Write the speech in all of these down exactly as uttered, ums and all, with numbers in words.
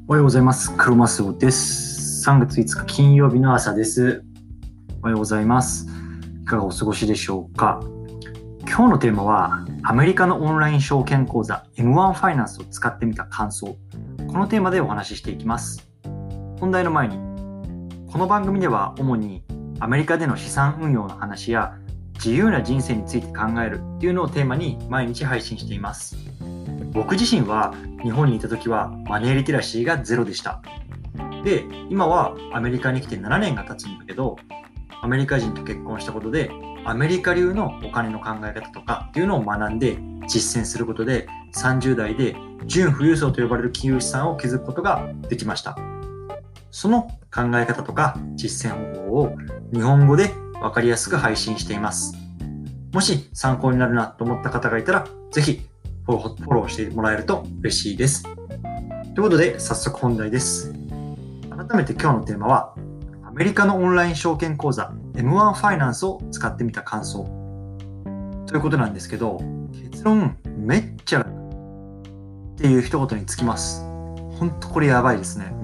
おはようございます。クロマスオです。さんがついつか金曜日の朝です。おはようございます。いかがお過ごしでしょうか。今日のテーマはアメリカのオンライン証券口座 エムワン ファイナンスを使ってみた感想。このテーマでお話ししていきます。本題の前に、この番組では主にアメリカでの資産運用の話や自由な人生について考えるっていうのをテーマに毎日配信しています。僕自身は日本にいた時はマネーリテラシーがゼロでした。で、今はアメリカに来てななねんが経つんだけど、アメリカ人と結婚したことでアメリカ流のお金の考え方とかっていうのを学んで実践することでさんじゅう代で純富裕層と呼ばれる金融資産を築くことができました。その考え方とか実践方法を日本語で分かりやすく配信しています。もし参考になるなと思った方がいたらぜひフォローしてもらえると嬉しいです。ということで早速本題です。改めて今日のテーマはアメリカのオンライン証券口座 エムワン ファイナンスを使ってみた感想ということなんですけど、結論めっちゃ楽っていう一言につきます。ほんとこれやばいですね。うん、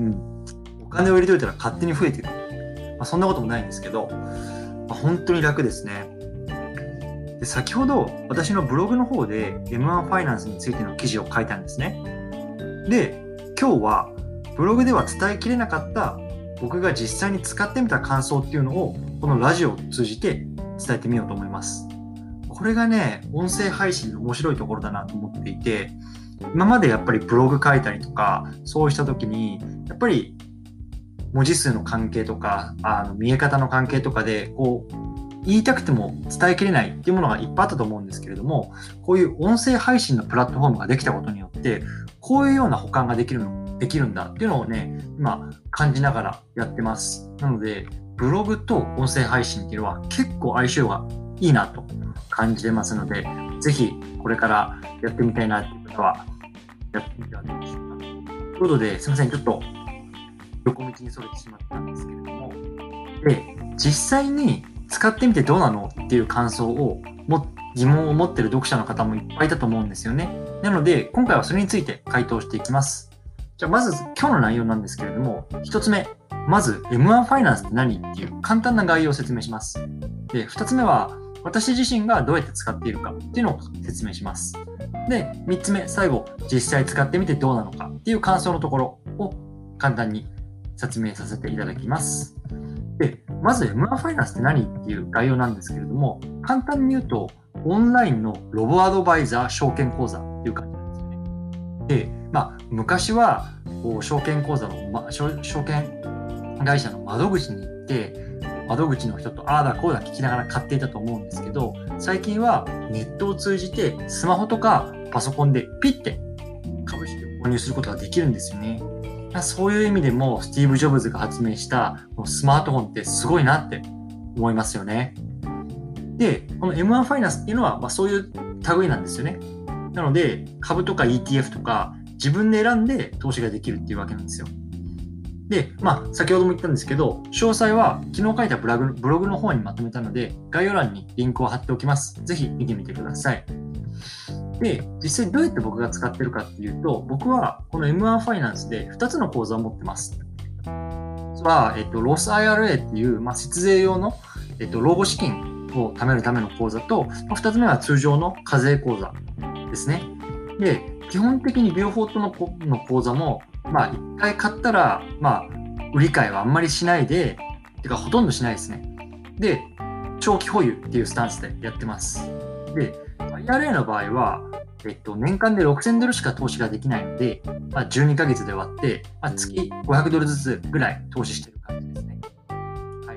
お金を入れといたら勝手に増えていく、まあ、そんなこともないんですけど、まあ、本当に楽ですね。で先ほど私のブログの方で エムワン ファイナンスについての記事を書いたんですね。で、今日はブログでは伝えきれなかった僕が実際に使ってみた感想っていうのをこのラジオを通じて伝えてみようと思います。これがね、音声配信の面白いところだなと思っていて、今までやっぱりブログ書いたりとかそうした時にやっぱり文字数の関係とかあの見え方の関係とかでこう言いたくても伝えきれないっていうものがいっぱいあったと思うんですけれども、こういう音声配信のプラットフォームができたことによってこういうような補完ができるのできるんだっていうのをね、今感じながらやってます。なのでブログと音声配信っていうのは結構相性がいいなと感じてますので、ぜひこれからやってみたいなっていう方はやってみてはどうでしょうか。ということで、すみません、ちょっと横道にそれてしまったんですけれども、で実際に使ってみてどうなのっていう感想をも疑問を持っている読者の方もいっぱいいたと思うんですよね。なので今回はそれについて回答していきます。じゃあまず今日の内容なんですけれども、一つ目、まず エムワン ファイナンスって何っていう簡単な概要を説明します。で、二つ目は私自身がどうやって使っているかっていうのを説明します。で、三つ目、最後、実際使ってみてどうなのかっていう感想のところを簡単に説明させていただきます。で、まず エムワン ファイナンスって何っていう概要なんですけれども、簡単に言うとオンラインのロボアドバイザー証券口座っていう感じなんですよね。で、まあ昔はこう証券口座の、ま、証券会社の窓口に行って窓口の人とああだこうだ聞きながら買っていたと思うんですけど、最近はネットを通じてスマホとかパソコンでピッて株式を購入することができるんですよね。そういう意味でもスティーブ・ジョブズが発明したスマートフォンってすごいなって思いますよね。で、この エムワン ファイナンスっていうのは、まあ、そういう類なんですよね。なので株とか イーティーエフ とか自分で選んで投資ができるっていうわけなんですよ。で、まあ先ほども言ったんですけど、詳細は昨日書いたブログ、ブログの方にまとめたので概要欄にリンクを貼っておきます。ぜひ見てみてください。で、実際どうやって僕が使ってるかっていうと、僕はこの エムワン ファイナンスでふたつの口座を持ってます。一つは、えっと、ロス アイアールエー っていう、まあ、節税用の、えっと、老後資金を貯めるための口座と、ふたつめは通常の課税口座ですね。で、基本的に両方ともの口座も、まあ、一回買ったら、まあ、売り買いはあんまりしないで、てかほとんどしないですね。で、長期保有っていうスタンスでやってます。で、アイアールエー の場合は、えっと、年間でろくせんドルしか投資ができないので、まあ、じゅうにかげつで割って、まあ、月ごひゃくドルずつぐらい投資してる感じですね。はい。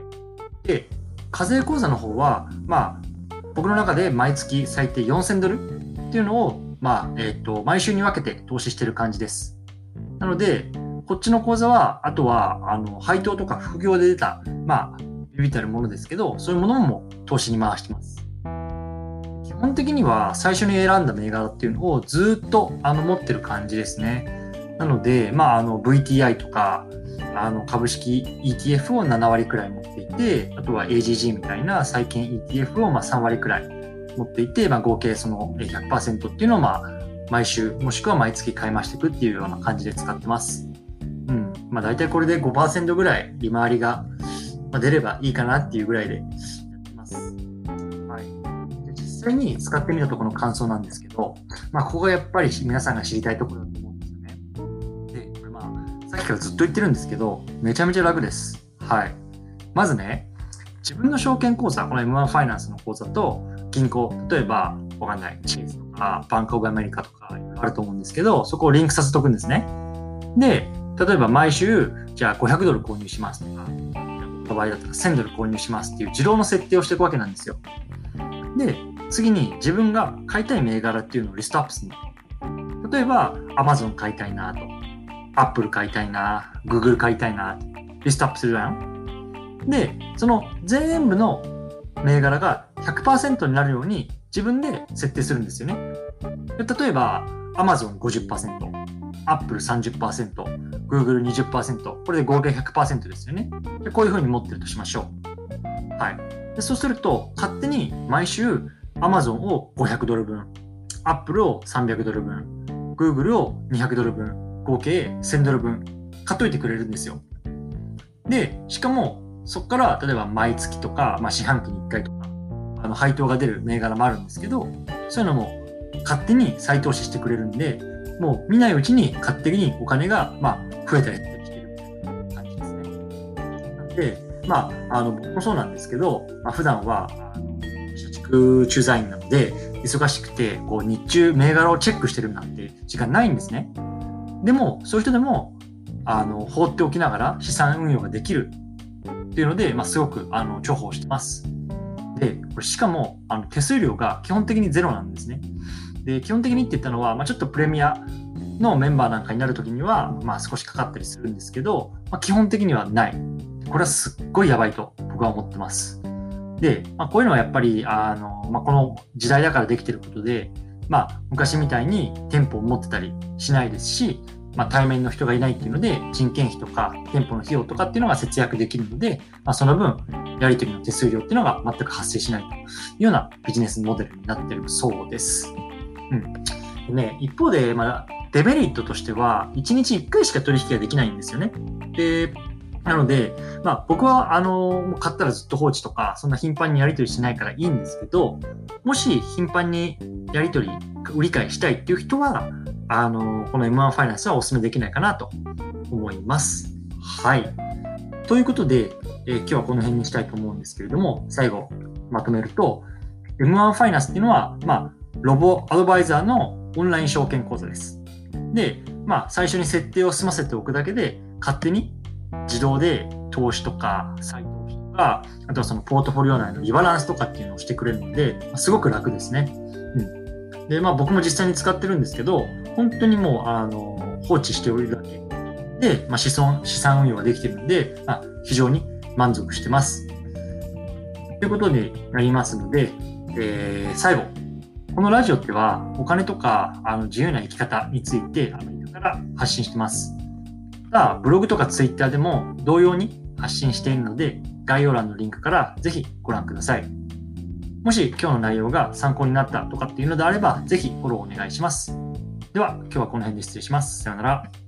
で、課税口座の方は、まあ、僕の中で毎月最低よんせんドルっていうのを、まあ、えっと、毎週に分けて投資してる感じです。なので、こっちの口座は、あとは、あの、配当とか副業で出た、まあ、ビビたるものですけど、そういうものも投資に回してます。基本的には最初に選んだ銘柄っていうのをずっとあの持ってる感じですね。なので、まあ、あの ブイティーアイ とかあの株式 イーティーエフ をななわりくらい持っていて、あとは エージージー みたいな債券 イーティーエフ をまあさんわりくらい持っていて、まあ、合計その ひゃくパーセント っていうのをまあ毎週もしくは毎月買い増していくっていうような感じで使ってます。 まあ、大体これで ごパーセント ぐらい利回りが出ればいいかなっていうぐらいでやってます。はい、で実際に使ってみたところの感想なんですけど、まあ、ここがやっぱり皆さんが知りたいところだと思うんですよね。で、これまあ、さっきからずっと言ってるんですけど、めちゃめちゃ楽です。はい。まずね、自分の証券口座、この エムワン ファイナンスの口座と銀行、例えば、わかんない、チェイスとか、バンクオブアメリカとかあると思うんですけど、そこをリンクさせておくんですね。で、例えば毎週、じゃあごひゃくドル購入しますとか、の場合だったらせんドル購入しますっていう自動の設定をしていくわけなんですよ。で、次に自分が買いたい銘柄っていうのをリストアップするの。例えば、Amazon 買いたいなと、Apple 買いたいな、Google 買いたいな、リストアップするじゃん。で、その全部の銘柄が ひゃくパーセント になるように自分で設定するんですよね。で例えば、Amazonごじゅっパーセント、Appleさんじゅっパーセント、Googleにじゅっパーセント、これで合計 ひゃくパーセント ですよね。でこういう風に持ってるとしましょう。はい。でそうすると、勝手に毎週 Amazon をごひゃくドル分、Apple をさんびゃくドル分、Google をにひゃくドル分、合計せんドル分買っといてくれるんですよ。で、しかも、そこから例えば毎月とか、まあ、四半期にいっかいとか、あの配当が出る銘柄もあるんですけど、そういうのも勝手に再投資してくれるんで、もう見ないうちに勝手にお金が、まあ、増えたり減ったりしてるみたいな感じですね。なので、まあ、あの僕もそうなんですけど、まあ、普段はあの社畜駐在員なので、忙しくてこう日中銘柄をチェックしてるなんて時間ないんですね。でも、そういう人でもあの放っておきながら資産運用ができるっていうので、まあ、すごくあの重宝してます。で、これしかもあの手数料が基本的にゼロなんですね。で、基本的にって言ったのは、まあ、ちょっとプレミアのメンバーなんかになるときには、まあ、少しかかったりするんですけど、まあ、基本的にはない。これはすっごいやばいと僕は思ってます。で、まあ、こういうのはやっぱりあの、まあ、この時代だからできてることで、まあ、昔みたいに店舗を持ってたりしないですし、まあ、対面の人がいないっていうので人件費とか店舗の費用とかっていうのが節約できるので、まあ、その分やり取りの手数料っていうのが全く発生しないというようなビジネスモデルになっているそうです。うん。でね、一方で、まあ、デメリットとしてはいちにちいっかいしか取引ができないんですよね。で、なので、まあ、僕はあの買ったらずっと放置とかそんな頻繁にやり取りしないからいいんですけど、もし頻繁にやり取り売り買いしたいっていう人はあのこの エムワン ファイナンスはお勧めできないかなと思います。はい。ということで、えー、今日はこの辺にしたいと思うんですけれども、最後まとめると エムワン ファイナンスっていうのは、まあ、ロボアドバイザーのオンライン証券口座です。で、まあ、最初に設定を済ませておくだけで勝手に自動で投資とか再投資とか、あとはそのポートフォリオ内のリバランスとかっていうのをしてくれるので、すごく楽ですね。うん、で、まあ僕も実際に使ってるんですけど、本当にもうあの放置しておるだけで、まあ、資産資産運用ができているので、まあ、非常に満足してます。ということになりますので、えー、最後、このラジオってはお金とかあの自由な生き方についてアメリカから発信してます。ブログとかツイッターでも同様に発信しているので、概要欄のリンクからぜひご覧ください。もし今日の内容が参考になったとかっていうのであれば、ぜひフォローお願いします。では今日はこの辺で失礼します。さようなら。